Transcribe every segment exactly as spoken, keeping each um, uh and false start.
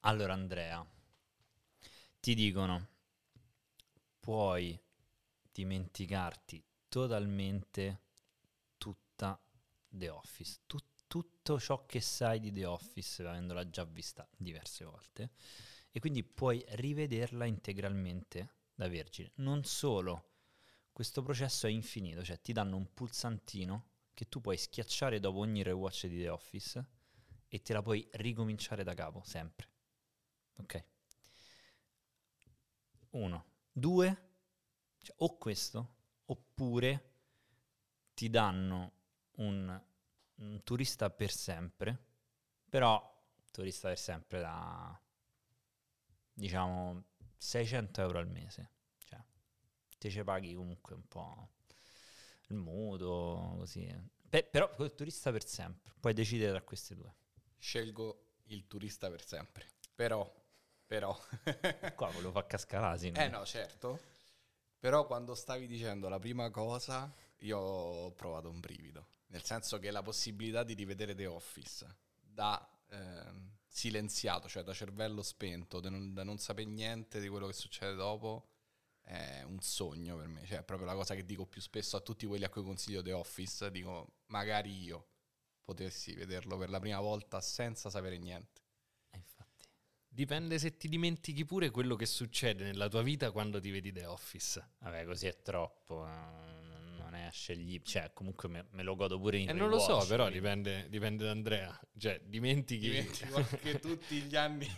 Allora Andrea, ti dicono, puoi dimenticarti totalmente tutta The Office, tu- tutto ciò che sai di The Office, avendola già vista diverse volte, e quindi puoi rivederla integralmente da vergine. Non solo, questo processo è infinito, cioè ti danno un pulsantino che tu puoi schiacciare dopo ogni rewatch di The Office e te la puoi ricominciare da capo, sempre. Ok? Uno. Due, cioè, o questo, oppure ti danno un, un turista per sempre, però turista per sempre da, diciamo, seicento euro al mese. Cioè, te ce paghi comunque un po' il mutuo, così. Pe- però quel turista per sempre, puoi decidere tra queste due. Scelgo il turista per sempre. Però, però... Qua volevo far cascare l'asino. Eh no, certo. Però quando stavi dicendo la prima cosa, io ho provato un brivido. Nel senso che la possibilità di rivedere The Office da ehm, silenziato, cioè da cervello spento, da non, da non sapere niente di quello che succede dopo, è un sogno per me. Cioè è proprio la cosa che dico più spesso a tutti quelli a cui consiglio The Office. Dico, magari io potessi vederlo per la prima volta senza sapere niente. Eh, infatti. Dipende se ti dimentichi pure quello che succede nella tua vita quando ti vedi The Office. Vabbè, così è troppo, eh, non è scegli, cioè comunque me, me lo godo pure in E non lo so, rewatch, però quindi. dipende, dipende da Andrea. Cioè, dimentichi... Dimentico che tutti gli anni...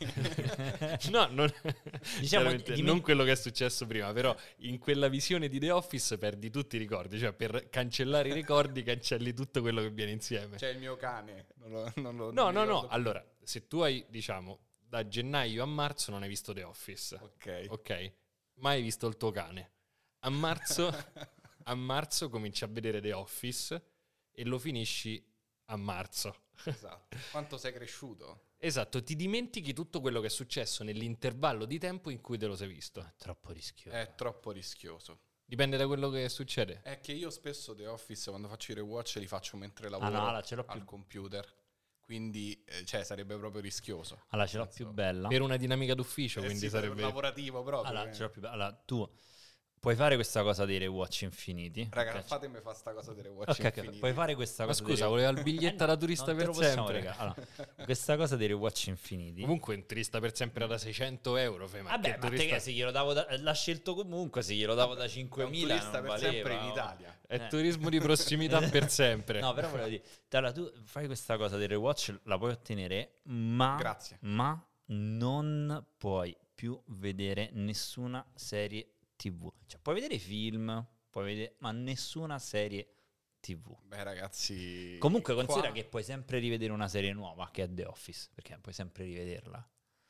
No, non, Diciamo, chiaramente dimen- non quello che è successo prima, però in quella visione di The Office perdi tutti i ricordi, cioè per cancellare i ricordi cancelli tutto quello che viene insieme. C'è il mio cane. Non lo, non lo, no, non mi no, no, ricordo più. allora, se tu hai, diciamo, da gennaio a marzo non hai visto The Office, Ok. ok? Ma hai visto il tuo cane. A marzo, a marzo cominci a vedere The Office e lo finisci a marzo. Esatto. Quanto sei cresciuto? Esatto, ti dimentichi tutto quello che è successo nell'intervallo di tempo in cui te lo sei visto. È troppo rischioso. È troppo rischioso. Dipende da quello che succede. È che io spesso The Office quando faccio i rewatch li faccio mentre Ah lavoro no, allora ce l'ho più, al computer. Quindi, eh, cioè, sarebbe proprio rischioso. allora, ce l'ho Penso- più bella. Per una dinamica d'ufficio, Eh quindi sì, per sarebbe... lavorativo proprio. Allora, eh. ce l'ho più be- allora, tu puoi fare questa cosa dei rewatch infiniti. Raga, ok? fatemi fare sta cosa dei rewatch Ok, ok, infiniti. puoi fare questa Ma cosa scusa, dei voleva il biglietto Eh, da no, turista non te per lo possiamo sempre? regà- allora, questa cosa dei rewatch infiniti. Comunque un turista per sempre da seicento euro, fai, ma Vabbè, che ma te turista... che se glielo davo da, l'ha scelto comunque, se glielo davo da È un cinquemila turista non per valeva, sempre in oh. Italia. È Eh. turismo di prossimità per sempre. No, però volevo dire, allora, tu fai questa cosa del rewatch, la puoi ottenere, ma, Grazie. ma non puoi più vedere nessuna serie tivù. Cioè, puoi vedere film, puoi vedere, ma nessuna serie tivù. Beh, ragazzi... Comunque considera qua- che puoi sempre rivedere una serie nuova, che è The Office, perché puoi sempre rivederla.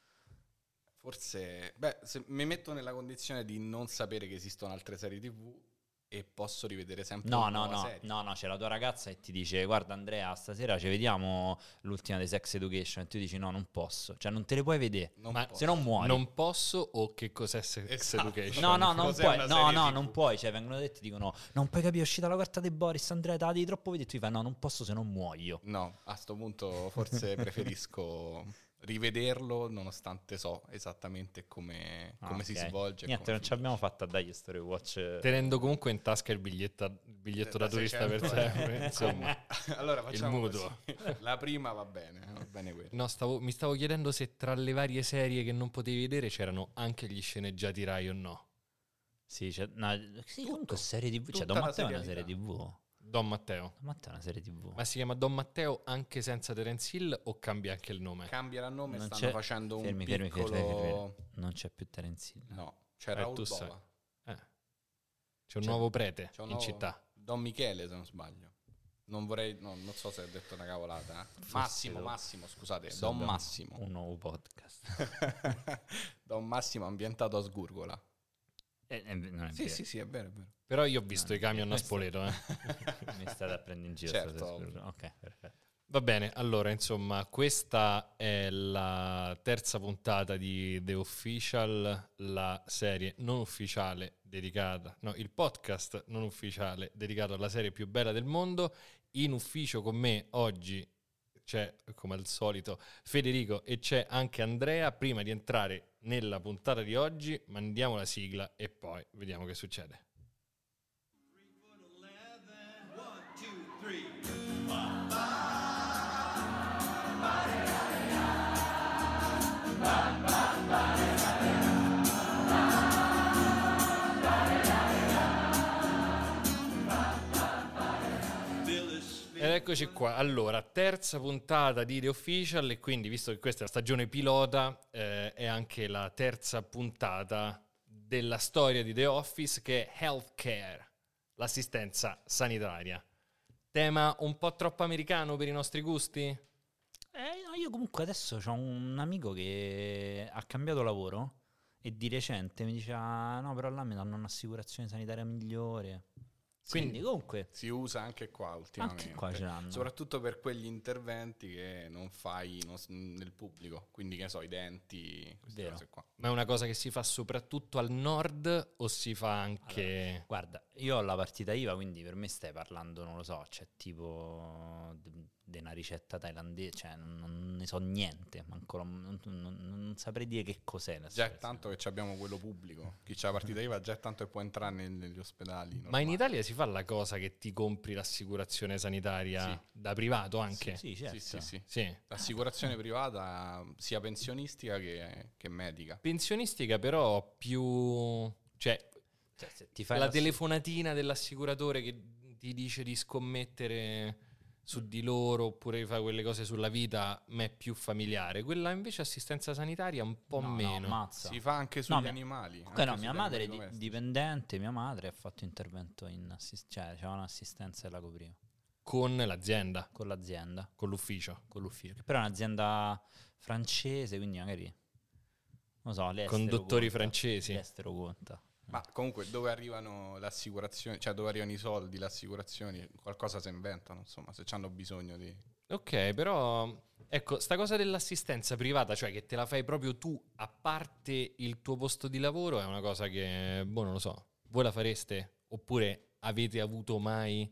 Forse... Beh, se mi metto nella condizione di non sapere che esistono altre serie tivù e posso rivedere sempre No, una no, nuova no, serie. no, no, c'è la tua ragazza e ti dice guarda Andrea, stasera ci vediamo l'ultima di Sex Education e tu dici no, non posso, cioè non te le puoi vedere, Non Ma posso. se no muori. Non posso o che cos'è Sex Esatto. Education? No, no, non Cos'è puoi, una no, serie no, tivù? non puoi, cioè vengono detti, dicono non puoi capire, è uscita la quarta di Boris, Andrea, te la devi troppo vedere, tu gli fai no, non posso se non muoio. No, a sto punto forse preferisco rivederlo nonostante so esattamente come, come si Ah, ok. svolge. e Niente, come non ci abbiamo fatto a dargli sto rewatch. Tenendo comunque in tasca il biglietto, il biglietto da, Da turista per seicento sempre, euro. insomma. finisce. Allora facciamo mutuo. così. La prima va bene, va bene quella. No, stavo- mi stavo chiedendo se tra le varie serie che non potevi vedere c'erano anche gli sceneggiati Rai o no. Sì, c'è, no, sì, Tutto. comunque serie tivù, cioè Tutta Don la Matteo è una serialità. serie tivù. Don Matteo. Don Matteo è una serie tivù. Ma si chiama Don Matteo anche senza Terence Hill o cambia anche il nome? Cambia il nome, Non stanno c'è- facendo fermi, un fermi, piccolo... fermi, fermi, fermi. Non c'è più Terence Hill. No, c'è Eh, Raul tu sai. Bova. Eh. C'è un C'è- nuovo prete C'è un in nuovo- città. Don Michele, se non sbaglio. Non vorrei... no, non so se ho detto una cavolata. eh. Massimo, lo- Massimo, scusate. Forse Don abbiamo Massimo. Un nuovo podcast. Don Massimo ambientato a Sgurgola. Eh, eh, non è Sì, vero. sì, sì, è vero, è vero. Però io ho visto No, i camion a questo- Spoleto, eh. Mi state a prendere in giro. Certo, state ovvio. Ok, perfetto. Va bene, allora insomma questa è la terza puntata di The Official, la serie non ufficiale dedicata, no, il podcast non ufficiale dedicato alla serie più bella del mondo. In ufficio con me oggi c'è come al solito Federico e c'è anche Andrea. Prima di entrare nella puntata di oggi mandiamo la sigla e poi vediamo che succede. Ed eccoci qua, allora, terza puntata di The Official, e quindi, visto che questa è la stagione pilota, eh, è anche la terza puntata della storia di The Office, che è Healthcare, l'assistenza sanitaria. Tema un po' troppo americano per i nostri gusti? Eh, no, io comunque adesso ho un amico che ha cambiato lavoro e di recente mi diceva no, però là mi danno un'assicurazione sanitaria migliore. Quindi Sì, comunque si usa anche qua ultimamente, anche qua ce l'hanno. soprattutto per quegli interventi che non fai no- nel pubblico, quindi che ne so, i denti, queste Vero. cose qua. Ma è una cosa che si fa soprattutto al nord o si fa anche... Guarda, io ho la partita I V A, quindi per me stai parlando, non lo so, c'è tipo di una ricetta thailandese, cioè non, non ne so niente, manco lo- non, non- non saprei dire che cos'è. la Già è situazione. tanto che ci abbiamo quello pubblico, chi c'ha la partita I V A già è tanto che può entrare nel- negli ospedali. Ma in normali. Italia si fa la cosa che ti compri l'assicurazione sanitaria Sì. da privato anche? Sì, certo. Sì, sì, sì. Sì. L'assicurazione privata sia pensionistica che, che medica. Pensionistica però più... cioè Cioè, se ti fai la la- telefonatina dell'assicuratore che ti dice di scommettere su di loro oppure fare quelle cose sulla vita, mi è più familiare. Quella invece assistenza sanitaria un po' no, no, meno. ammazza. Si fa anche sugli No, mia- animali. Comunque no, anche mia sugli madre è animali di- domestici. dipendente, mia madre ha fatto intervento in assist- cioè c'era un'assistenza e la copriva Con l'azienda, con l'azienda, con l'ufficio. con l'ufficio, che però è un'azienda francese, quindi magari non so, l'estero Con dottori conta, francesi. l'estero conta. Ma comunque dove arrivano le assicurazioni, cioè dove arrivano i soldi, le assicurazioni, qualcosa si inventano, insomma, se hanno bisogno di... Ok, però ecco, sta cosa dell'assistenza privata, cioè che te la fai proprio tu a parte il tuo posto di lavoro, è una cosa che, boh, non lo so, voi la fareste? Oppure avete avuto mai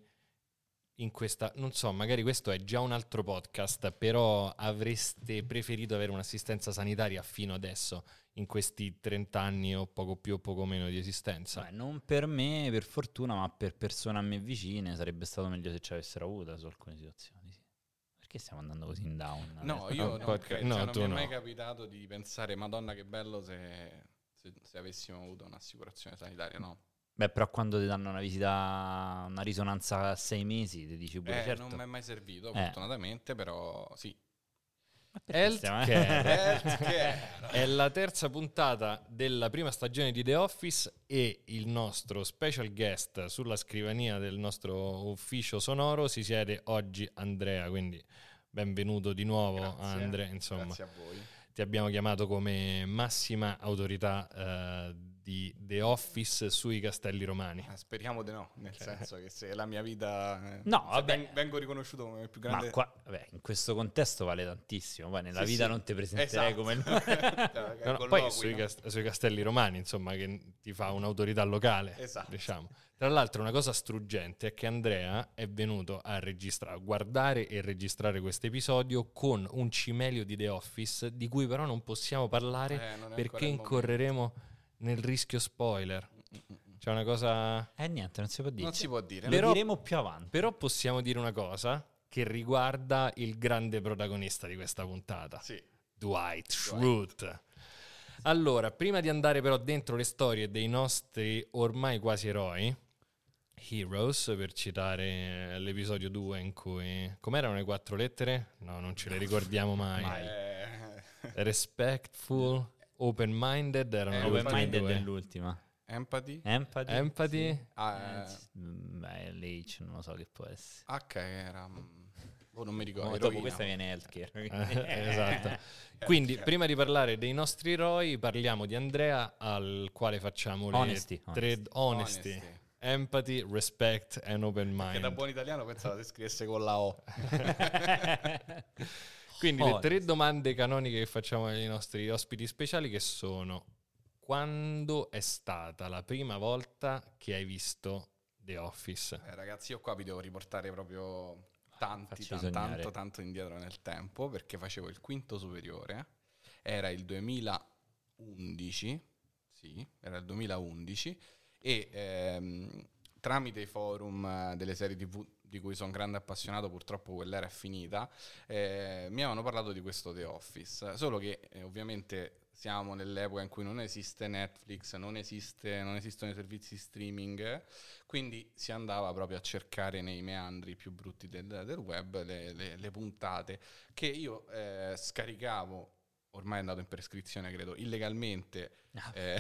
in questa, non so, magari questo è già un altro podcast, però avreste preferito avere un'assistenza sanitaria fino adesso, in questi trenta anni o poco più o poco meno di esistenza? Beh, non per me, per fortuna, ma per persone a me vicine sarebbe stato meglio se ci avessero avuta su alcune situazioni. Sì. Perché stiamo andando così in down? No, adesso? io un non, podcast- credo, no, cioè, non tu mi è no. mai capitato di pensare, Madonna che bello se, se, se avessimo avuto un'assicurazione sanitaria, no. Beh, però quando ti danno una visita, una risonanza a sei mesi, ti dici pure Eh, certo. non mi è mai servito, Eh. fortunatamente, però sì. Ma perché stiamo- Healthcare. Healthcare. È la terza puntata della prima stagione di The Office e il nostro special guest sulla scrivania del nostro ufficio sonoro si siede oggi Andrea, quindi benvenuto di nuovo Grazie, Andrea, insomma. Grazie a voi. Ti abbiamo chiamato come massima autorità eh, di The Office sui Castelli Romani. Eh, Speriamo di no, nel senso che se la mia vita... eh, No, se vabbè. ven- vengo riconosciuto come il più Ma grande... qua, vabbè, in questo contesto vale tantissimo. Poi nella Sì, vita sì. non ti presenterei Esatto. come il... Cioè, No, no, colloqui, poi sui, no? cas- sui Castelli Romani, insomma, che ti fa un'autorità locale, Esatto. diciamo. Tra l'altro una cosa struggente è che Andrea è venuto a registrare, a guardare e registrare questo episodio con un cimelio di The Office, di cui però non possiamo parlare Eh, non è ancora perché il momento. incorreremo nel rischio spoiler. C'è una cosa... Eh niente, non si può dire. Non si può dire. Lo Però- diremo più avanti. Però possiamo dire una cosa che riguarda il grande protagonista di questa puntata. Sì. Dwight Schrute. Allora, prima di andare però dentro le storie dei nostri ormai quasi eroi, Heroes, per citare l'episodio due in cui... Com'erano le quattro lettere? No, non ce le ricordiamo mai. Mai. Eh, Respectful, open-minded erano Eh, le Open ultime minded due. è l'ultima. empathy. Empathy. Empathy? Ah, Eh, s- mm, beh, l'H non lo so che può essere. H era... mm, Oh, non mi ricordo. Oh, eroina. dopo questa viene healthcare. Eh, esatto. Quindi, prima di parlare dei nostri eroi, parliamo di Andrea, al quale facciamo le Honesty, tre honesty. honesty, Honesty. empathy, respect and open Che da mind. buon italiano pensavo si scrivesse con la O. Quindi le Honesty. tre domande canoniche che facciamo ai nostri ospiti speciali, che sono: quando è stata la prima volta che hai visto The Office? Eh, ragazzi, io qua vi devo riportare proprio tanti, Facci tan- sognare. tanto, tanto indietro nel tempo, perché facevo il quinto superiore, era il duemilaundici, sì, era il duemilaundici, e ehm, tramite i forum eh, delle serie tivù di cui sono grande appassionato, purtroppo quell'era è finita, eh, mi avevano parlato di questo The Office, solo che eh, ovviamente siamo nell'epoca in cui non esiste Netflix, non esiste, non esistono i servizi streaming, quindi si andava proprio a cercare nei meandri più brutti del, del web le, le- le puntate che io eh, scaricavo, ormai è andato in prescrizione credo, illegalmente. Ah. eh,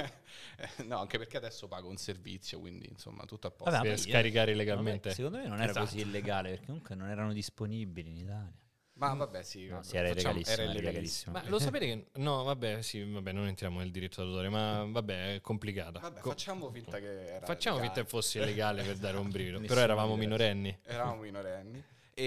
no, anche perché adesso pago un servizio, quindi insomma tutto a posto. Vabbè, Per ma io- scaricare vabbè, illegalmente. secondo me non era Esatto. così illegale, perché comunque non erano disponibili in Italia. Ma vabbè, sì, No, vabbè, sì, era facciamo- illegalissimo, era era illegalissimo. Ma lo sapete che... No, vabbè, sì, vabbè, non entriamo nel diritto d'autore, ma vabbè, è complicata. Vabbè, Co- facciamo finta che era Facciamo legale. finta che fosse illegale per dare un brivido, Nessuno però eravamo di minorenni. Eravamo minorenni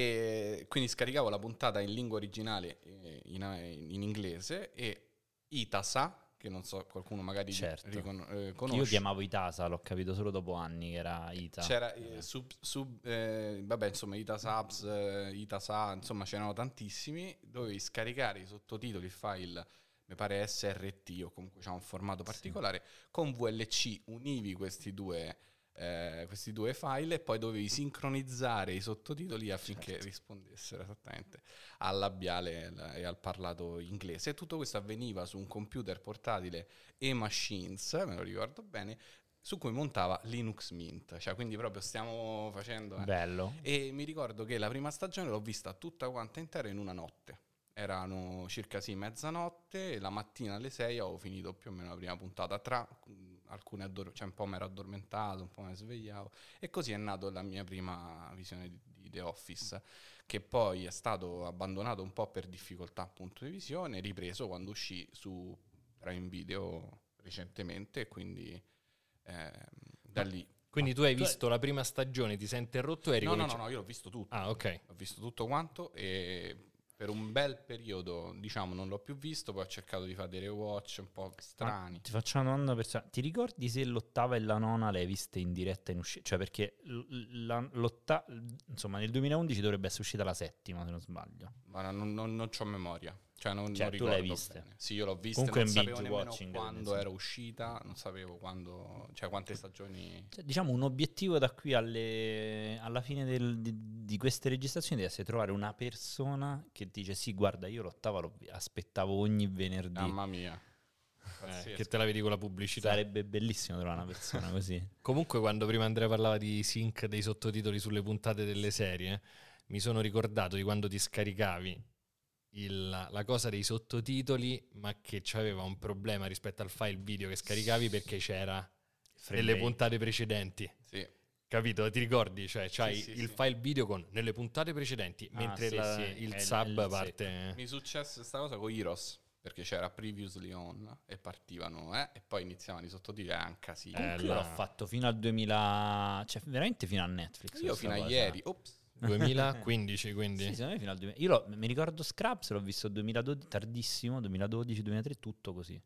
e quindi scaricavo la puntata in lingua originale eh, in, in inglese e Itasa, che non so, qualcuno magari Certo. ricon- eh, Che conosce. io chiamavo Itasa, l'ho capito solo dopo anni che era Ita. C'era eh, sub, sub eh, vabbè, insomma, Itasabs, eh, Itasa, insomma, c'erano tantissimi. Dovevi scaricare i sottotitoli, il file, mi pare S R T o comunque c'era un formato particolare. Con V L C univi questi due, eh, questi due file e poi dovevi sincronizzare i sottotitoli affinché Certo. rispondessero esattamente al labiale e al parlato inglese. E tutto questo avveniva su un computer portatile E-Machines, me lo ricordo bene, su cui montava Linux Mint, cioè quindi proprio stiamo facendo... eh. Bello. E mi ricordo che la prima stagione l'ho vista tutta quanta intera in una notte. Erano circa sì, mezzanotte e la mattina alle sei avevo finito più o meno la prima puntata. Tra mh, alcune addor- cioè un po' mi ero addormentato, un po' mi svegliavo. E così è nato la mia prima visione di, di The Office, che poi è stato abbandonato un po' per difficoltà appunto di visione, ripreso quando uscì su Prime Video recentemente e quindi ehm, da lì... Quindi tu hai visto la prima stagione, ti sei interrotto e hai No, no, no, ricominciato? no, io l'ho visto tutto. Ah, ok. Ho visto tutto quanto e per un bel periodo, diciamo, non l'ho più visto, poi ho cercato di fare dei rewatch un po' strani. Ti faccio una domanda personale. Ti ricordi se l'ottava e la nona le hai viste in diretta in uscita? Cioè perché l- la- l'otta- insomma nel duemilaundici dovrebbe essere uscita la settima, se non sbaglio. Ma non, non, non c'ho memoria. Cioè, non, Cioè, non tu l'hai ricordo viste? bene. Sì, io l'ho vista, Comunque non in sapevo binge nemmeno watching, quando insomma. era uscita, non sapevo quando, cioè quante stagioni... Cioè, diciamo un obiettivo da qui alle- alla fine del- di, di queste registrazioni deve essere trovare una persona che dice sì, guarda, io l'ottava l'ho vi- aspettavo ogni venerdì. Mamma mia. Eh, Pazzesco. che te la vedi con la pubblicità. Sarebbe bellissimo trovare una persona così. Comunque quando prima Andrea parlava di sync dei sottotitoli sulle puntate delle serie, mi sono ricordato di quando ti scaricavi il- la cosa dei sottotitoli, ma che c'aveva un problema rispetto al file video che scaricavi perché c'era Frame nelle rate. puntate precedenti. Sì. Capito? Ti ricordi? Cioè c'hai sì, il sì. file video con nelle puntate precedenti, Ah, mentre sì, la- sì, il è il- sub è il parte... Mi è successa questa cosa con Heroes, perché c'era Previously On e partivano, eh, e poi iniziavano i sottotitoli, era un casino. Eh, Comunque io là. l'ho fatto fino al duemila, cioè veramente fino a Netflix. Io questa fino a cosa. ieri, ops. duemilaquindici, quindi... Sì, secondo me fino al duemila. Io lo- mi ricordo Scraps, l'ho visto duemiladodici, tardissimo, duemiladodici, duemilatré, tutto così.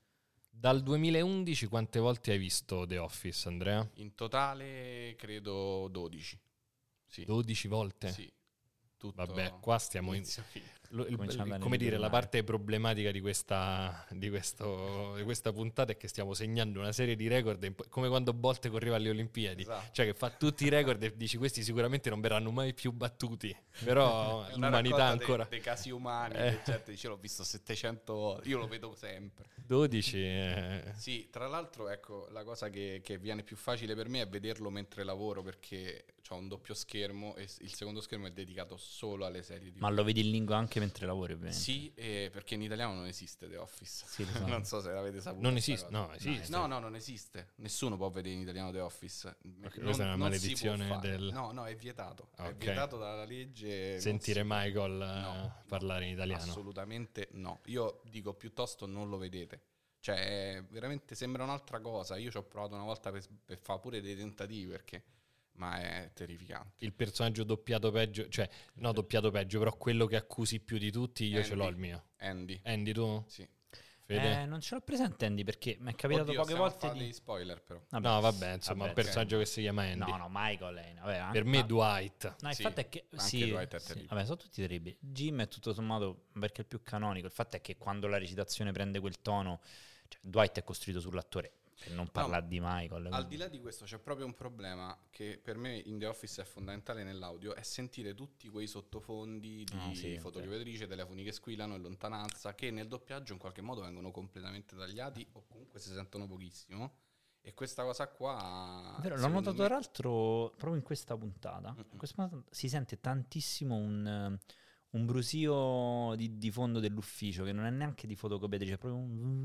Dal duemilaundici quante volte hai visto The Office, Andrea? In totale credo dodici. Sì. dodici volte? Sì. Tutto Vabbè, qua stiamo in... inizio, fine. Lo- il- Cominciamo il- dalle come dire, la primarie. parte problematica di questa, di, questo, di questa puntata è che stiamo segnando una serie di record, imp- come quando Bolt correva alle Olimpiadi, Esatto. cioè che fa tutti i record e dici questi sicuramente non verranno mai più battuti, però È una l'umanità raccolta de- ancora... dei casi umani, Eh. che gente dice l'ho visto settecento volte, io lo vedo sempre. dodici... eh, Sì, tra l'altro, ecco, la cosa che, che viene più facile per me è vederlo mentre lavoro perché ho un doppio schermo e s- il secondo schermo è dedicato solo alle serie di Ma lo vedi in lingua anche mentre lavori, ovviamente. Sì, eh, perché in italiano non esiste The Office. Sì, lo so. Non so se l'avete saputo. Non sta esiste, cosa. no, esiste. No, no, non esiste. Nessuno può vedere in italiano The Office. Ok, questa è una non si può maledizione fare. del- No, no, è vietato. È Ok. vietato dalla legge. non Sentire si può. Michael eh, No, parlare in italiano. Assolutamente no. Io dico piuttosto non lo vedete. Cioè, è veramente sembra un'altra cosa. Io ci ho provato una volta per, per fare pure dei tentativi perché... Ma è terrificante. Il personaggio doppiato peggio, cioè no doppiato peggio, però quello che accusi più di tutti io ce l'ho Andy. il mio. Andy. Andy, tu? Sì. Fede? Eh, non ce l'ho presente Andy perché mi è capitato Oddio, poche stiamo a volte fare di... dei spoiler però. Vabbè. No, vabbè, insomma, Vabbè, un personaggio che si chiama Andy. No, no, Michael è... Vabbè, Per me ma- Dwight. No, il Sì, fatto è che... anche Sì, Dwight è sì, terribile. vabbè, sono tutti terribili. Jim è tutto sommato perché è il più canonico. Il fatto è che quando la recitazione prende quel tono... Cioè, Dwight è costruito sull'attore, per non parlare di Michael. Al quindi- di là di questo c'è proprio un problema che per me in The Office è fondamentale nell'audio, è sentire tutti quei sottofondi di Ah, sì, fotocopietrice, telefoni che squillano in lontananza, che nel doppiaggio in qualche modo vengono completamente tagliati o comunque si sentono pochissimo. E questa cosa qua... È vero, l'ho secondo notato me- tra l'altro proprio in questa puntata. Mm-mm. In questa puntata si sente tantissimo un, eh, un brusio di, di fondo dell'ufficio che non è neanche di fotocopiatrice, è proprio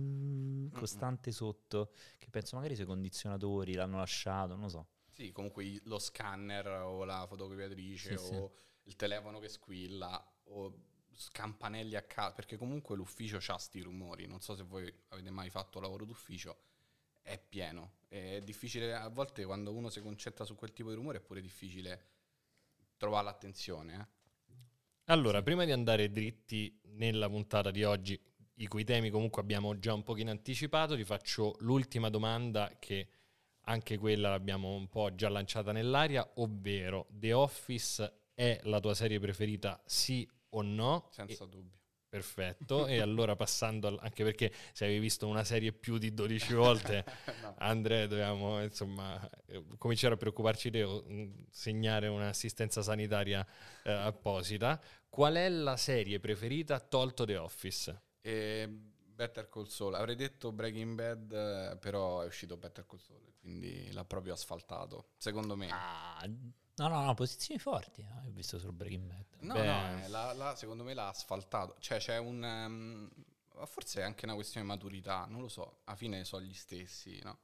un costante sotto. Che penso magari i suoi condizionatori l'hanno lasciato, non lo so. Sì, comunque i- lo scanner o la fotocopiatrice Sì, o il telefono che squilla o s- campanelli a caso, perché comunque l'ufficio c'ha sti rumori. Non so se voi avete mai fatto lavoro d'ufficio, è pieno. È difficile, a volte quando uno si concentra su quel tipo di rumore è pure difficile trovare l'attenzione. Eh. Allora, prima di andare dritti nella puntata di oggi, i cui temi comunque abbiamo già un pochino anticipato, ti faccio l'ultima domanda che anche quella l'abbiamo un po' già lanciata nell'aria, ovvero The Office è la tua serie preferita, sì o no? Senza E- dubbio. Perfetto, e allora passando, al- anche perché se avevi visto una serie più di dodici volte, No. Andrea, dobbiamo insomma eh, cominciare a preoccuparci di mm, segnare un'assistenza sanitaria eh, apposita. Qual è la serie preferita tolto The Office? E Better Call Saul, avrei detto Breaking Bad, eh, però è uscito Better Call Saul, quindi l'ha proprio asfaltato, secondo me. Ah, no, no, no, posizioni forti. eh, Ho visto solo Breaking Bad. No, Beh. no, eh, la- la- secondo me l'ha asfaltato. Cioè c'è un... ehm, forse è anche una questione di maturità, non lo so. Alla fine sono gli stessi, no?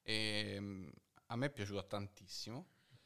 E, mm, a me è piaciuto tantissimo,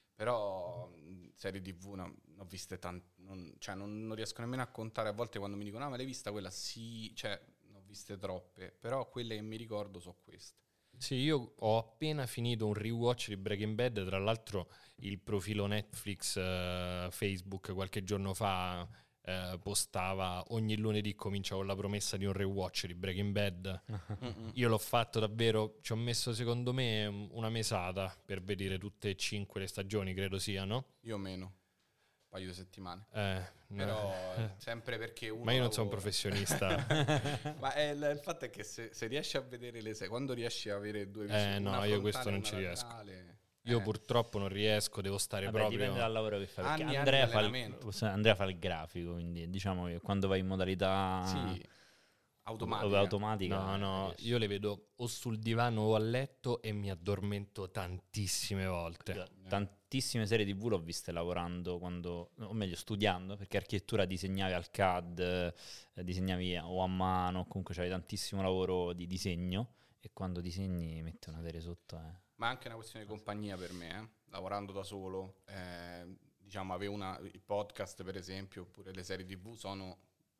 però mm, serie tivù no, ne ho viste tante... Non, cioè non, non riesco nemmeno a contare. A volte quando mi dicono, ah, ma l'hai vista quella? Sì, cioè ne ho viste troppe, però quelle che mi ricordo sono queste. Sì, io ho appena finito un rewatch di Breaking Bad, tra l'altro il profilo Netflix eh, Facebook qualche giorno fa eh, postava ogni lunedì comincia con la promessa di un rewatch di Breaking Bad. Mm-mm. Io l'ho fatto davvero, ci ho messo secondo me un- una mesata per vedere tutte e cinque le stagioni, credo siano. Io meno, un paio di settimane. Eh, Però no. eh, sempre perché uno Ma io non sono un lavora. professionista. Ma è il, il fatto è che se, se riesci a vedere le serie, quando riesci a avere due Eh, visioni, no, una io questo frontale e non una ci riesco. laterale, Io eh, purtroppo non riesco, devo stare Vabbè, proprio... dipende dal lavoro che fai. Perché Anni e anni Andrea di fa, il, allenamento. Andrea fa il grafico, quindi diciamo che quando vai in modalità sì, automatica. automatica, No, no, riesci. io le vedo o sul divano o a letto e mi addormento tantissime volte. Tantissime serie tivù l'ho viste lavorando quando, o meglio studiando, perché architettura disegnavi al C A D, eh, disegnavi o a mano, o comunque c'avevi tantissimo lavoro di disegno e quando disegni metti una serie sotto. Eh. Ma è anche una questione di compagnia per me, eh. Lavorando da solo, eh, diciamo, avevo una, i podcast per esempio, oppure le serie tivù sono,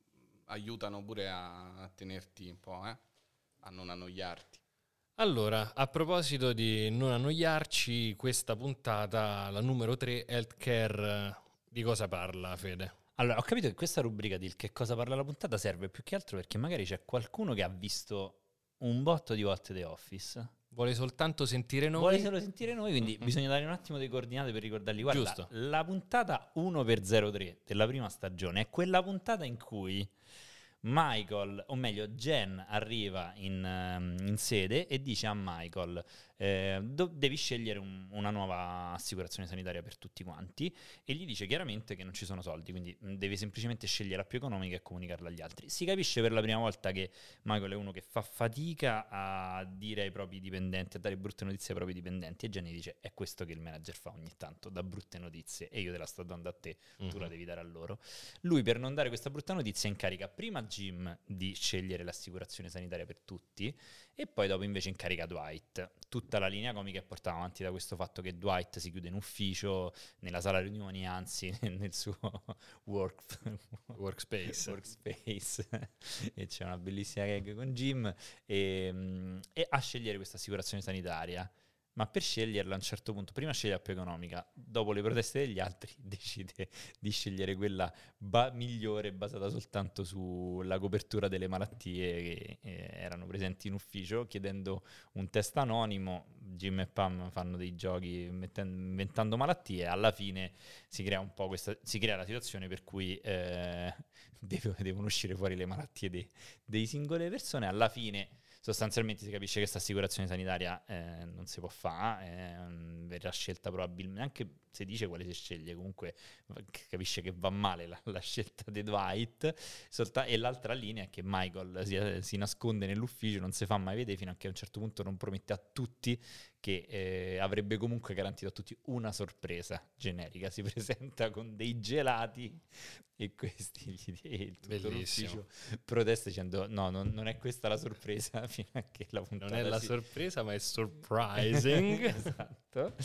aiutano pure a, a tenerti un po', eh, a non annoiarti. Allora, a proposito di non annoiarci, questa puntata, la numero tre, Healthcare, di cosa parla, Fede? Allora, ho capito che questa rubrica di che cosa parla la puntata serve più che altro perché magari c'è qualcuno che ha visto un botto di volte The Office. Vuole soltanto sentire noi? Vuole solo sentire noi, quindi Mm-mm. bisogna dare un attimo di coordinate per ricordarli. Guarda, Giusto. la puntata uno per zero tre della prima stagione è quella puntata in cui Michael, o meglio Jen, arriva in, ehm, in sede e dice a Michael eh, do- devi scegliere un- una nuova assicurazione sanitaria per tutti quanti e gli dice chiaramente che non ci sono soldi, quindi mh, devi semplicemente scegliere la più economica e comunicarla agli altri. Si capisce per la prima volta che Michael è uno che fa fatica a dire ai propri dipendenti, a dare brutte notizie ai propri dipendenti e Jenny dice è questo che il manager fa ogni tanto, dà brutte notizie e io te la sto dando a te, tu la Mhm. devi dare a loro. Lui per non dare questa brutta notizia incarica prima Jim di scegliere l'assicurazione sanitaria per tutti e poi dopo invece incarica Dwight. Tutta la linea comica è portata avanti da questo fatto che Dwight si chiude in ufficio, nella sala riunioni, anzi nel suo work, Workspace. workspace e c'è una bellissima gag con Jim e, mm, e a scegliere questa assicurazione sanitaria. ma per sceglierla a un certo punto, prima sceglie la più economica, dopo le proteste degli altri decide di scegliere quella ba- migliore basata soltanto sulla copertura delle malattie che eh, erano presenti in ufficio, chiedendo un test anonimo. Jim e Pam fanno dei giochi metten- inventando malattie, alla fine si crea un po' questa, si crea la situazione per cui eh, deve- devono uscire fuori le malattie dei, dei singole persone. Alla fine sostanzialmente si capisce che questa assicurazione sanitaria eh, non si può fare, eh, verrà scelta probabilmente, anche se dice quale si sceglie, comunque capisce che va male la, la scelta di Dwight, solta- e l'altra linea è che Michael si, si nasconde nell'ufficio, non si fa mai vedere fino a che a un certo punto non promette a tutti che eh, avrebbe comunque garantito a tutti una sorpresa generica, si presenta con dei gelati e questi gli e tutto Bellissimo. l'ufficio protesta dicendo no, non, non è questa la sorpresa fino a che la puntata Non è la si- sorpresa, ma è surprising. esatto,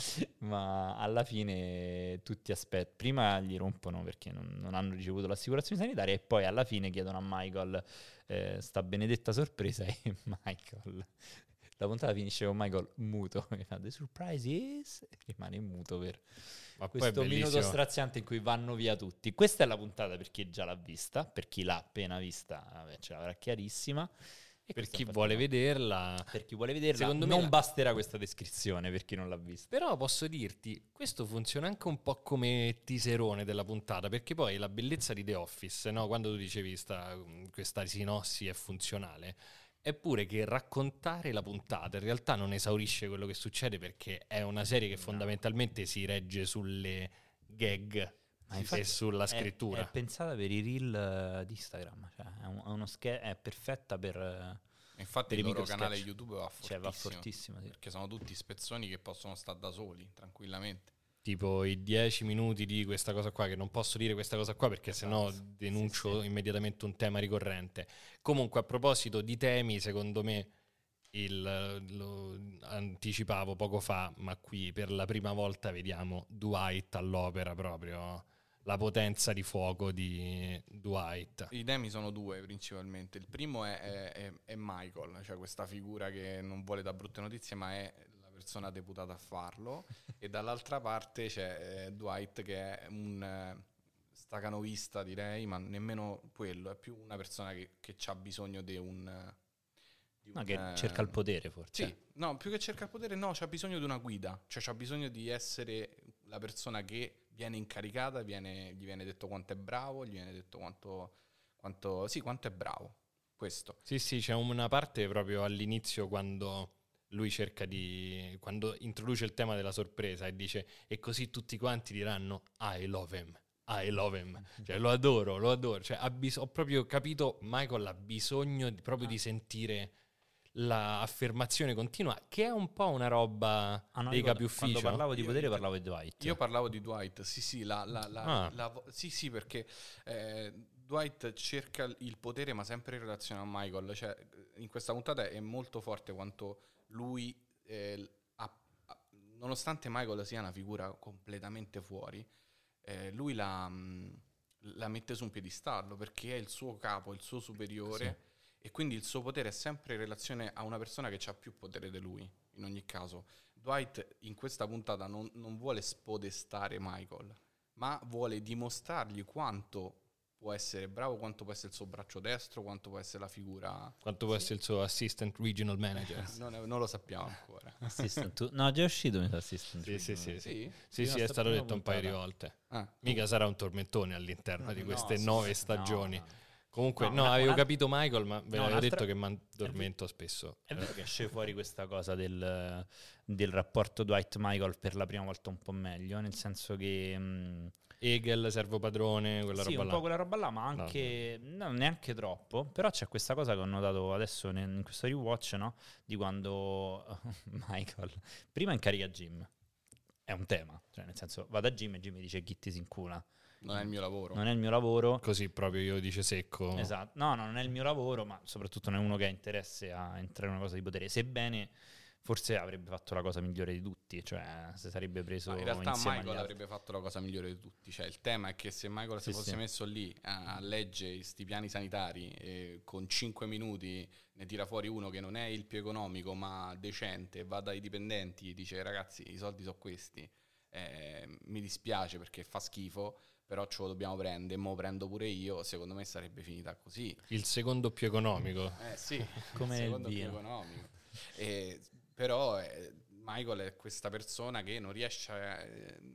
ma alla fine tutti aspettano, prima gli rompono perché non, non hanno ricevuto l'assicurazione sanitaria e poi alla fine chiedono a Michael eh, sta benedetta sorpresa e Michael, la puntata finisce con Michael muto che fa the surprise is e rimane muto per Ma poi è questo minuto bellissimo. straziante in cui vanno via tutti. Questa è la puntata per chi già l'ha vista, per chi l'ha appena vista vabbè, ce l'avrà chiarissima. E Per questa chi è vuole partita. vederla. Per chi vuole vederla, Secondo me non la- basterà questa descrizione per chi non l'ha vista. Però posso dirti, questo funziona anche un po' come teaserone della puntata, perché poi la bellezza di The Office, no? Quando tu dicevi sta, questa sinossi è funzionale, è pure che raccontare la puntata in realtà non esaurisce quello che succede, perché è una serie che No. fondamentalmente si regge sulle gag Ma infatti e sulla È, scrittura. è pensata per i reel eh, di Instagram, cioè è, un- è uno sche- è perfetta per, eh, Infatti per il i loro micro canale sketch. YouTube va fortissimo, Cioè va fortissima, sì. perché sono tutti spezzoni che possono stare da soli, tranquillamente. Tipo i dieci minuti di questa cosa qua, che non posso dire questa cosa qua perché sennò Esatto. denuncio Sì, immediatamente un tema ricorrente. Comunque, a proposito di temi, secondo me il, lo anticipavo poco fa, ma qui per la prima volta vediamo Dwight all'opera, proprio la potenza di fuoco di Dwight. I temi sono due principalmente. Il primo è, è- è- è Michael, cioè questa figura che non vuole dar brutte notizie, ma è la persona deputata a farlo. E dall'altra parte c'è eh, Dwight, che è un eh, stacanovista, direi, ma nemmeno quello, è più una persona che, che ha bisogno di un... eh, di No, un, che eh, cerca il potere forse. Sì, no, più che cerca il potere, no, c'ha bisogno di una guida, cioè c'ha bisogno di essere la persona che viene incaricata, viene, gli viene detto quanto è bravo, gli viene detto quanto, quanto, sì, quanto è bravo, questo. Sì, sì, c'è una parte proprio all'inizio quando lui cerca di... quando introduce il tema della sorpresa e dice e così tutti quanti diranno I love him, I love him, cioè lo adoro, lo adoro, cioè ha bis- ho proprio capito, Michael ha bisogno di- proprio di sentire l'affermazione continua, che è un po' una roba Ah, no, dei io capi quando, quando ufficio. parlavo di Io- potere io- parlavo di Dwight. Io parlavo di Dwight, sì sì, la, la- la- Ah. la- sì sì, perché eh, Dwight cerca il potere ma sempre in relazione a Michael, cioè in questa puntata è molto forte quanto lui, eh, ha- ha- nonostante Michael sia una figura completamente fuori, eh, lui la, mh, la mette su un piedistallo perché è il suo capo, il suo superiore. E quindi il suo potere è sempre in relazione a una persona che ha più potere di lui, in ogni caso. Dwight in questa puntata non, non vuole spodestare Michael, ma vuole dimostrargli quanto può essere bravo, quanto può essere il suo braccio destro, quanto può essere la figura... Quanto può essere il suo assistant regional manager? Non, è- non lo sappiamo ancora. Assistant to- no, già è uscito mi sa Assistant. Sì, sì, sì, sì. Sì? Sì, sì, Prima è sta stato prima detto un paio di puntata. volte. Ah, Mica sarà un tormentone all'interno di No, queste sì, nove sì, stagioni. no, no. Comunque, No, no, una- avevo una- capito Michael, ma ve no, l'avevo un'altra- detto che mi addormento spesso. È vero che esce fuori questa cosa del, del rapporto Dwight-Michael per la prima volta un po' meglio, nel senso che... mh, Hegel, servo padrone, quella sì, roba un là. po' quella roba là, ma anche no, neanche troppo. Però c'è questa cosa che ho notato adesso nel- in questo rewatch, no? Di quando Michael prima incarica Jim. È un tema, cioè nel senso va da Jim e Jim mi dice chi ti si incula. non è il mio lavoro. Non è il mio lavoro. Così proprio io dice secco. Esatto. No, no, non è il mio lavoro, ma soprattutto non è uno che ha interesse a entrare in una cosa di potere. Sebbene forse avrebbe fatto la cosa migliore di tutti, cioè se sarebbe preso No, in realtà insieme agli Michael altri. avrebbe fatto la cosa migliore di tutti. Cioè, il tema è che se Michael si Sì, fosse sì. messo lì a, a leggere questi piani sanitari e con cinque minuti ne tira fuori uno che non è il più economico ma decente, va dai dipendenti e dice ragazzi i soldi sono questi, eh, mi dispiace perché fa schifo, però ce lo dobbiamo prendere, mo prendo pure io, secondo me sarebbe finita così. Il secondo più economico. Eh sì, Come il il secondo più vino. economico. E, però eh, Michael è questa persona che non riesce a... eh,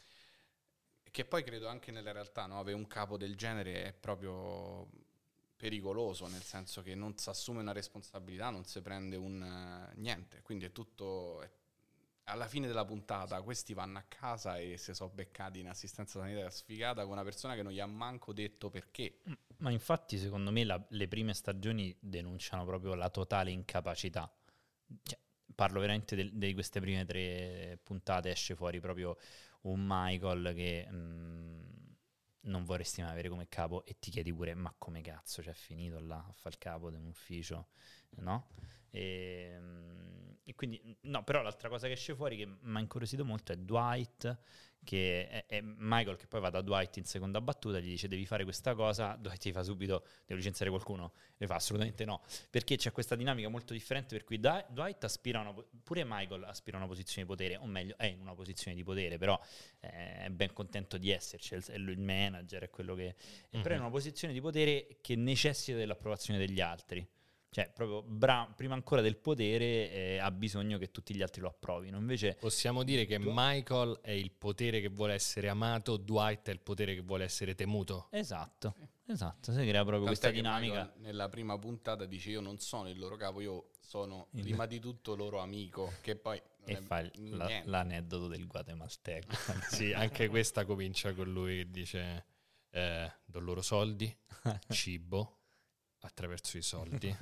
che poi credo anche nella realtà, no? Avere un capo del genere è proprio pericoloso, nel senso che non si assume una responsabilità, non si prende un eh, niente, quindi è tutto... è- alla fine della puntata questi vanno a casa e si sono beccati in assistenza sanitaria sfigata con una persona che non gli ha manco detto perché. Ma infatti secondo me la- le prime stagioni denunciano proprio la totale incapacità. Cioè, parlo veramente del- di queste prime tre puntate, esce fuori proprio un Michael che mm, non vorresti mai avere come capo e ti chiedi pure ma come cazzo c'è finito là a fare il capo di un ufficio, no? E, mm, e quindi no, però l'altra cosa che esce fuori che mi ha incuriosito molto è Dwight, che è, è Michael che poi va da Dwight in seconda battuta e gli dice devi fare questa cosa, Dwight gli fa subito devo licenziare qualcuno, e fa assolutamente no, perché c'è questa dinamica molto differente per cui Da- Dwight aspira a una po- pure Michael aspira a una posizione di potere, o meglio è in una posizione di potere, però eh, è ben contento di esserci, è il, il manager, è quello che è, però è in una posizione di potere che necessita dell'approvazione degli altri. Cioè, proprio bra- prima ancora del potere eh, ha bisogno che tutti gli altri lo approvino. Invece, Possiamo dire che Du- Michael è il potere che vuole essere amato, Dwight è il potere che vuole essere temuto. esatto, esatto, si crea proprio Tant'è questa che dinamica. Michael nella prima puntata dice io non sono il loro capo, io sono Il- prima di tutto loro amico, che poi non E è fa il- la- niente. l'aneddoto del guatemalteco. Sì, anche questa comincia con lui che dice eh, do loro soldi, cibo, attraverso i soldi,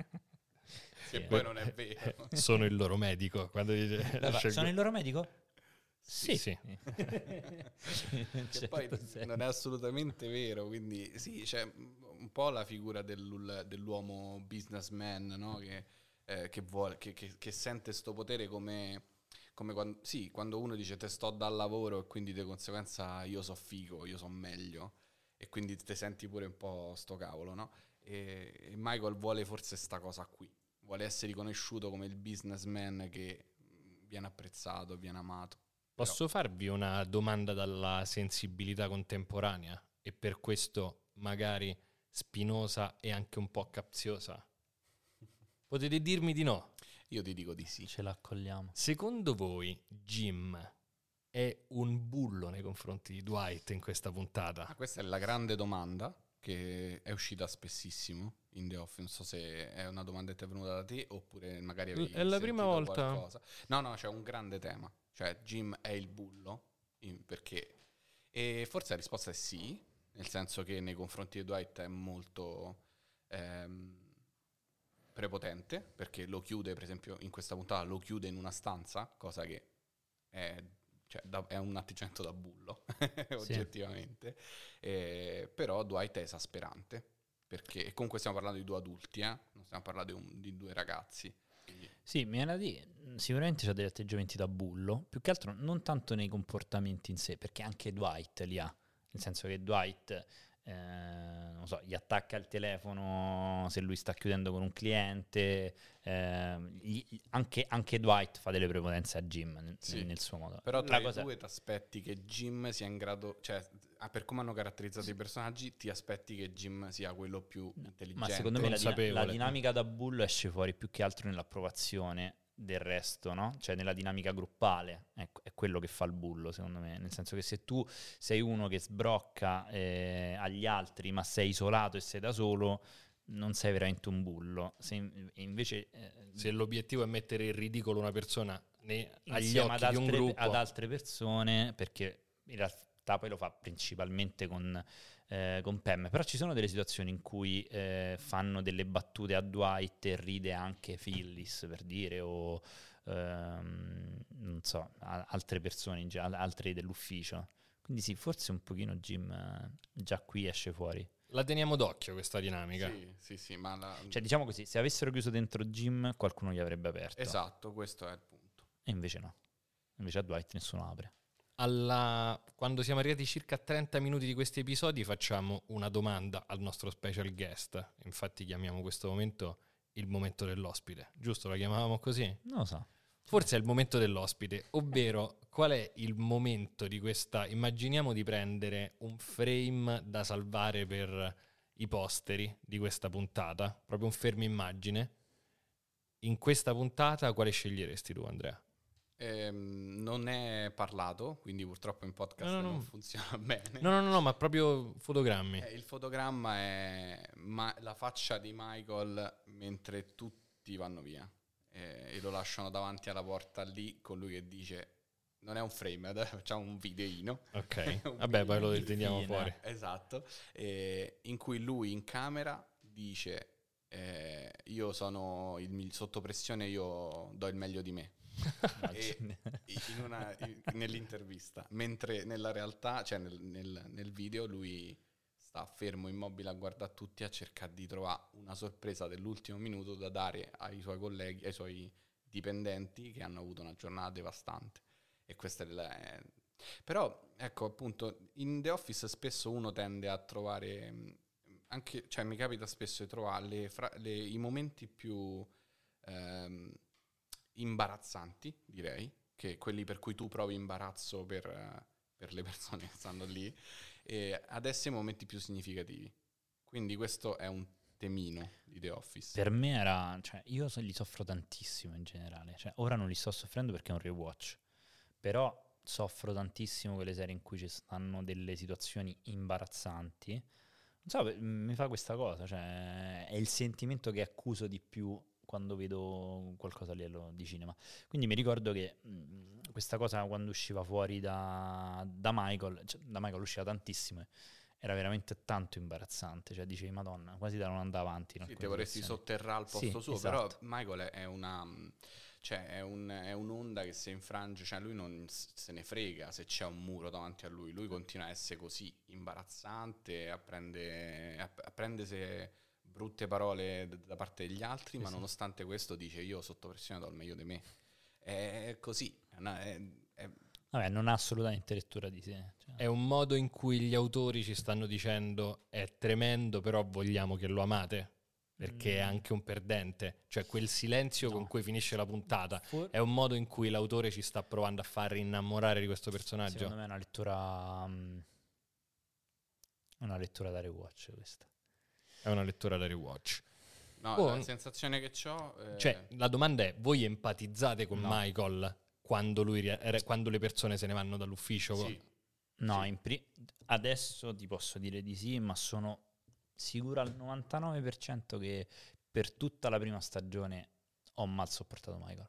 Che Sì, poi eh. non è vero. sono il loro medico. Quando dice, Allora, scelgo- sono il loro medico? Sì, sì. Che poi non è assolutamente vero, quindi sì, c'è un po' la figura dell'ul- dell'uomo businessman, no? Che, eh, che vuole, che, che- che sente sto potere come, come quando, sì, quando uno dice te sto dal lavoro e quindi di conseguenza io so figo, io so meglio e quindi te senti pure un po' sto cavolo, no? E, e Michael vuole forse sta cosa qui, vuole essere riconosciuto come il businessman che mh, viene apprezzato, viene amato. Però- Posso farvi una domanda dalla sensibilità contemporanea e per questo magari spinosa e anche un po' capziosa? Potete dirmi di no. Io ti dico di sì. Ce l'accogliamo. Secondo voi Jim è un bullo nei confronti di Dwight in questa Ah, puntata? questa è la grande domanda che è uscita spessissimo in The Office. Non so se è una domanda che ti è venuta da te oppure magari avevi È la prima sentito volta. qualcosa. No, no, c'è un grande tema. Cioè Jim è il bullo in- perché e forse la risposta è sì, nel senso che nei confronti di Dwight è molto ehm, prepotente perché lo chiude, per esempio in questa puntata lo chiude in una stanza, cosa che è, cioè, da- è un atteggiamento da bullo oggettivamente. Eh, però Dwight è esasperante perché e comunque stiamo parlando di due adulti, eh? Non stiamo parlando di, un- di due ragazzi. Quindi, Sì, mi viene da dire, sicuramente c'ha degli atteggiamenti da bullo, più che altro non tanto nei comportamenti in sé, perché anche Dwight li ha, nel senso che Dwight, eh, non so, gli attacca il telefono se lui sta chiudendo con un cliente, eh, gli- anche, anche Dwight fa delle prepotenze a Jim nel, Sì. nel suo modo. però tra La i cosa- due ti aspetti che Jim sia in grado, cioè ah, per come hanno caratterizzato i personaggi, ti aspetti che Jim sia quello più intelligente. Ma secondo me la, dina- consapevole. la dinamica da bullo esce fuori più che altro nell'approvazione del resto, no? Cioè nella dinamica gruppale, ecco, è quello che fa il bullo secondo me, nel senso che se tu sei uno che sbrocca eh, agli altri ma sei isolato e sei da solo, non sei veramente un bullo. Se in- invece eh, Se l'obiettivo è mettere in ridicolo una persona ne- agli insieme occhi ad di un altre, gruppo, ad altre persone, perché in realtà poi lo fa principalmente con, eh, con Pam, però ci sono delle situazioni in cui eh, fanno delle battute a Dwight e ride anche Phyllis, per dire, o ehm, non so, a- altre persone, in ge- al- altri dell'ufficio. Quindi sì, forse un pochino Jim eh, già qui esce fuori. La teniamo d'occhio questa dinamica. Sì, sì, sì, ma la... Cioè, diciamo così, se avessero chiuso dentro Jim, qualcuno gli avrebbe aperto. Esatto, questo è il punto. E invece no. Invece a Dwight nessuno apre. Alla... Quando siamo arrivati circa a trenta minuti di questi episodi facciamo una domanda al nostro special guest. Infatti chiamiamo questo momento il momento dell'ospite. Giusto? La chiamavamo così? Non lo so. Forse è il momento dell'ospite, ovvero qual è il momento di questa... Immaginiamo di prendere un frame da salvare per i posteri di questa puntata, proprio un fermo immagine. In questa puntata quale sceglieresti tu, Andrea? Ehm, non è parlato, quindi purtroppo in podcast No, no, no. non funziona bene. No, no, no, no, ma proprio fotogrammi. Eh, il fotogramma è ma- la faccia di Michael mentre tutti vanno via eh, e lo lasciano davanti alla porta lì con lui che dice non è un frame, adesso facciamo un videino. Ok, Un vabbè, poi lo video. teniamo Fine. fuori. Esatto, eh, in cui lui in camera dice eh, io sono il, mil- sotto pressione, io do il meglio di me. E in una, in- nell'intervista, mentre nella realtà, cioè nel, nel- nel video, lui sta fermo, immobile a guardare tutti, a cercare di trovare una sorpresa dell'ultimo minuto da dare ai suoi colleghi, ai suoi dipendenti che hanno avuto una giornata devastante. E questa è la... è- Però, ecco, appunto, in The Office spesso uno tende a trovare, mh, anche, cioè mi capita spesso di trovare le fra- le- i momenti più... ehm, imbarazzanti, direi, che quelli per cui tu provi imbarazzo per, eh, per le persone che stanno lì, e adesso i momenti più significativi. Quindi questo è un temino di The Office. Per me era, cioè, io so- li soffro tantissimo in generale. Cioè, ora non li sto soffrendo perché è un rewatch. Però soffro tantissimo quelle serie in cui ci stanno delle situazioni imbarazzanti. Non so, per- mi fa questa cosa, cioè, è il sentimento che accuso di più quando vedo qualcosa a livello di cinema. Quindi mi ricordo che mh, questa cosa quando usciva fuori da, da Michael, cioè, da Michael usciva tantissimo, era veramente tanto imbarazzante, cioè dicevi Madonna, quasi da non andare avanti. in Sì, alcune ti vorresti situazioni. sotterrare al posto Sì, suo, esatto. però Michael è una... Cioè è, un- è un'onda che se infrange, cioè lui non s- se ne frega se c'è un muro davanti a lui, lui continua a essere così imbarazzante, apprende, app- apprende se brutte parole d- da parte degli altri, Sì, ma sì. nonostante questo dice io sotto pressione do il meglio di me. È così, è una- è- è- Vabbè, non ha assolutamente lettura di sé. Cioè, È un modo in cui gli autori ci stanno dicendo è tremendo, però vogliamo che lo amate, perché è Mm. anche un perdente. Cioè quel silenzio No. con cui finisce la puntata for- è un modo in cui l'autore ci sta provando a far innamorare di questo personaggio. secondo me è una lettura mm, una lettura da rewatch questa. È una lettura da rewatch. no, Oh, la sensazione che ho Cioè, la domanda è, voi empatizzate con No. Michael quando, lui, ri- re- quando le persone se ne vanno dall'ufficio? sì, No, Sì. in pri- adesso ti posso dire di sì, ma sono sicuro al novantanove per cento che per tutta la prima stagione ho mal sopportato Michael.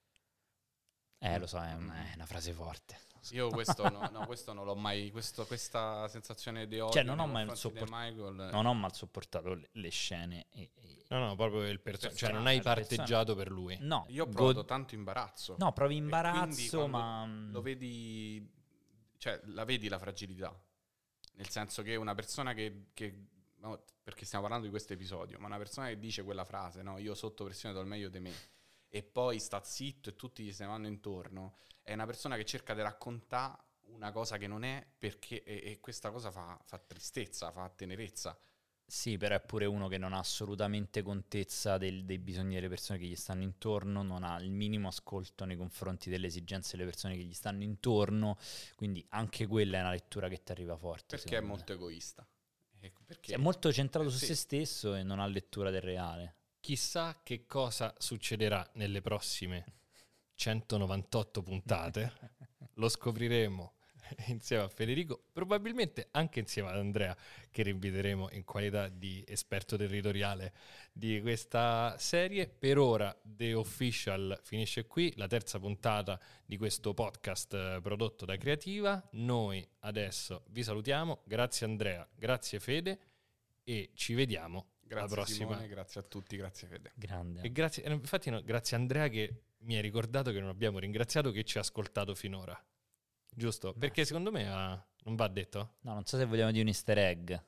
Eh, lo so, è una, è una frase forte. io questo, no, no, questo non l'ho mai, questo- questa sensazione di odio Cioè, non ho nei mai confronti di sopport- Michael, Non ho mal sopportato le, le scene. E, e- No, no, proprio il personaggio. Cioè, non personaggio, hai il parteggiato per lui. No, io ho god- provato tanto imbarazzo. no, provi E quindi imbarazzo, quando ma... mm, lo vedi, cioè la vedi la fragilità, nel senso che una persona che, che- no, perché stiamo parlando di questo episodio, ma una persona che dice quella frase, no, io sotto pressione do il meglio di me, e poi sta zitto e tutti gli se ne vanno intorno, è una persona che cerca di raccontare una cosa che non è, perché e, e questa cosa fa, fa tristezza, fa tenerezza. Sì, però è pure uno che non ha assolutamente contezza del- dei bisogni delle persone che gli stanno intorno, non ha il minimo ascolto nei confronti delle esigenze delle persone che gli stanno intorno, quindi anche quella è una lettura che ti arriva forte. Perché è secondo me. molto egoista. Ecco, perché Sì, è molto centrato su sì. se stesso e non ha lettura del reale. Chissà che cosa succederà nelle prossime centonovantotto puntate. Lo scopriremo insieme a Federico, probabilmente anche insieme ad Andrea, che rinviteremo in qualità di esperto territoriale di questa serie. Per ora The Official finisce qui, la terza puntata di questo podcast eh, prodotto da Creativa. Noi adesso vi salutiamo, grazie Andrea, grazie Fede e ci vediamo Grazie alla prossima. Simone, grazie a tutti, grazie Fede. Grande. E grazie, eh, infatti no, grazie Andrea che mi hai ricordato che non abbiamo ringraziato che ci ha ascoltato finora. Giusto? Perché secondo me ha- non va detto? No, non so se vogliamo dire un easter egg.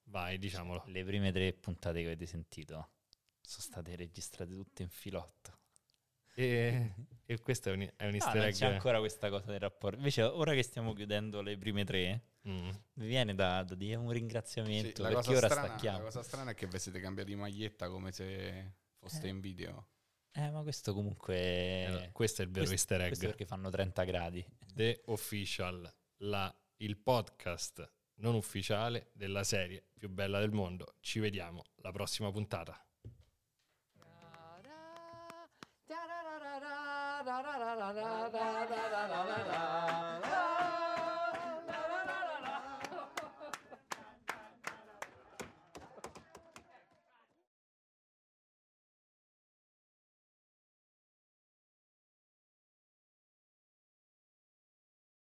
Vai, diciamolo. Le prime tre puntate che avete sentito sono state registrate tutte in filotto. E, e questo è un, è un Ah, easter non egg. c'è ancora questa cosa del rapporto. Invece ora che stiamo chiudendo le prime tre, Mm. mi viene da, da dire un ringraziamento, Sì, la, perché cosa ora strana, stacchiamo. la cosa strana è che vi siete cambiati maglietta come se foste Eh. in video. Eh, ma questo comunque... Eh, questo è il vero questo, easter egg. questo perché fanno trenta gradi. The Official, la, il podcast non ufficiale della serie più bella del mondo. Ci vediamo alla prossima puntata. Da da da da da da da da da da da da da da.